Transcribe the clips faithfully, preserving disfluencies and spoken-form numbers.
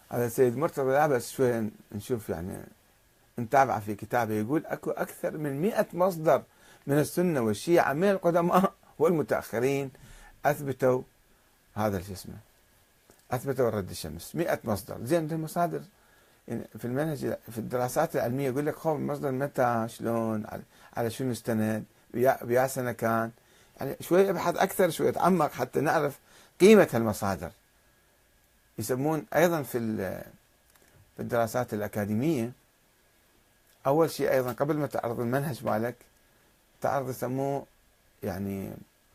هذا السيد مرتضى، لا بس شوي نشوف يعني نتابع في كتابه، يقول اكو اكثر من مئة مصدر من السنه والشيعه من القدماء والمتاخرين اثبتوا هذا شو اسمه، اثبتوا رد الشمس. مئة مصدر. زين المصادر يعني في المنهج في الدراسات العلميه يقول لك خذ المصدر متى، شلون، على, على شنو استند، بيا بيا سنه كان. يعني شوي ابحث اكثر، شوي اتعمق حتى نعرف قيمه هالمصادر. يسمون ايضا في في الدراسات الاكاديميه، اول شيء ايضا قبل ما تعرض المنهج مالك تعرض يسموه يعني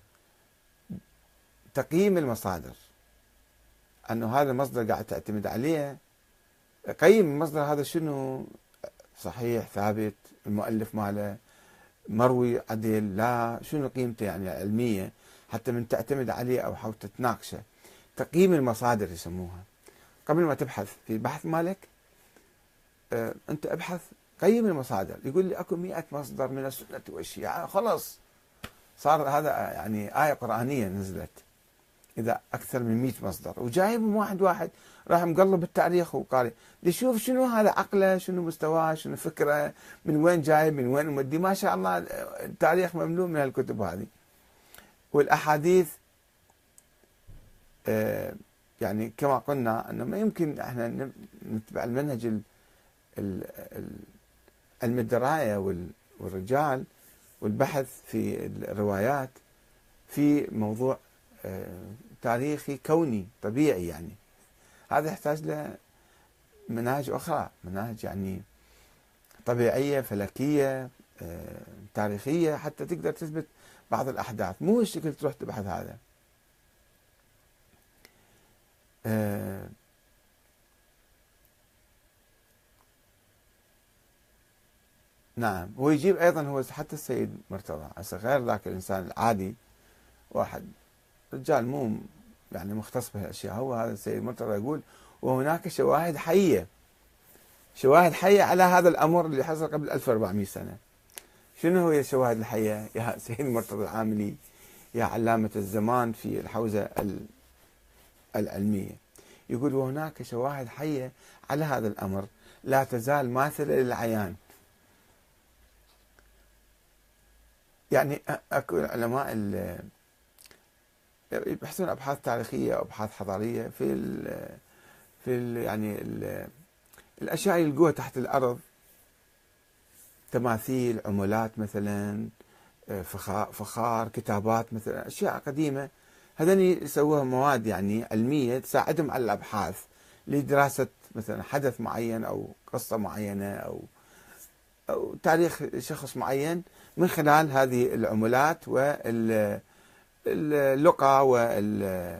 تقييم المصادر، انه هذا المصدر قاعد تعتمد عليه، قيم المصدر هذا شنو، صحيح ثابت، المؤلف ماله مروي عدل، لا شنو قيمته يعني علميه حتى من تعتمد عليه او حاول تتناقشه. تقييم المصادر يسموها. قبل ما تبحث في البحث مالك آه، انت ابحث، قيم المصادر. يقول لي اكو مئة مصدر من السنه والشيعه، خلص صار هذا يعني آية قرآنية نزلت إذا أكثر من مئة مصدر، وجايبهم واحد واحد، راح مقلب التاريخ وقاري يشوف شنو هذا عقله، شنو مستواه، شنو فكره، من وين جايب، من وين مودي. ما شاء الله التاريخ مملوء من هالكتب هذه. والأحاديث آه، يعني كما قلنا أنه ما يمكن احنا نتبع المنهج ال- ال- ال- علم الدراية وال- والرجال والبحث في الروايات في موضوع آه، تاريخي كوني طبيعي. يعني هذا يحتاج له مناهج أخرى، مناهج يعني طبيعية فلكية آه، تاريخية، حتى تقدر تثبت بعض الأحداث، مو الشكل تروح تبحث هذا. آه، نعم. هو يجيب أيضا، هو حتى السيد مرتضى هسه غير ذاك الإنسان العادي، واحد رجال مو يعني مختص بهالأشياء، هو هذا السيد مرتضى يقول وهناك شواهد حية، شواهد حية على هذا الأمر اللي حصل قبل ألف وأربعمئة سنة. شنو هي الشواهد الحية يا سيد مرتضى العاملي يا علامة الزمان في الحوزة العلمية؟ يقول وهناك شواهد حية على هذا الأمر لا تزال ماثلة للعيان. يعني أكو علماء يبحثون أبحاث تاريخية وأبحاث حضارية في ال في ال يعني ال الأشياء اللي يلقوها تحت الأرض، تماثيل، عملات مثلا، فخار, فخار كتابات مثلا، أشياء قديمة. هذين يسووها مواد يعني علمية تساعدهم على الأبحاث لدراسة مثلا حدث معين أو قصة معينة أو أو تاريخ شخص معين من خلال هذه العملات واللقى وال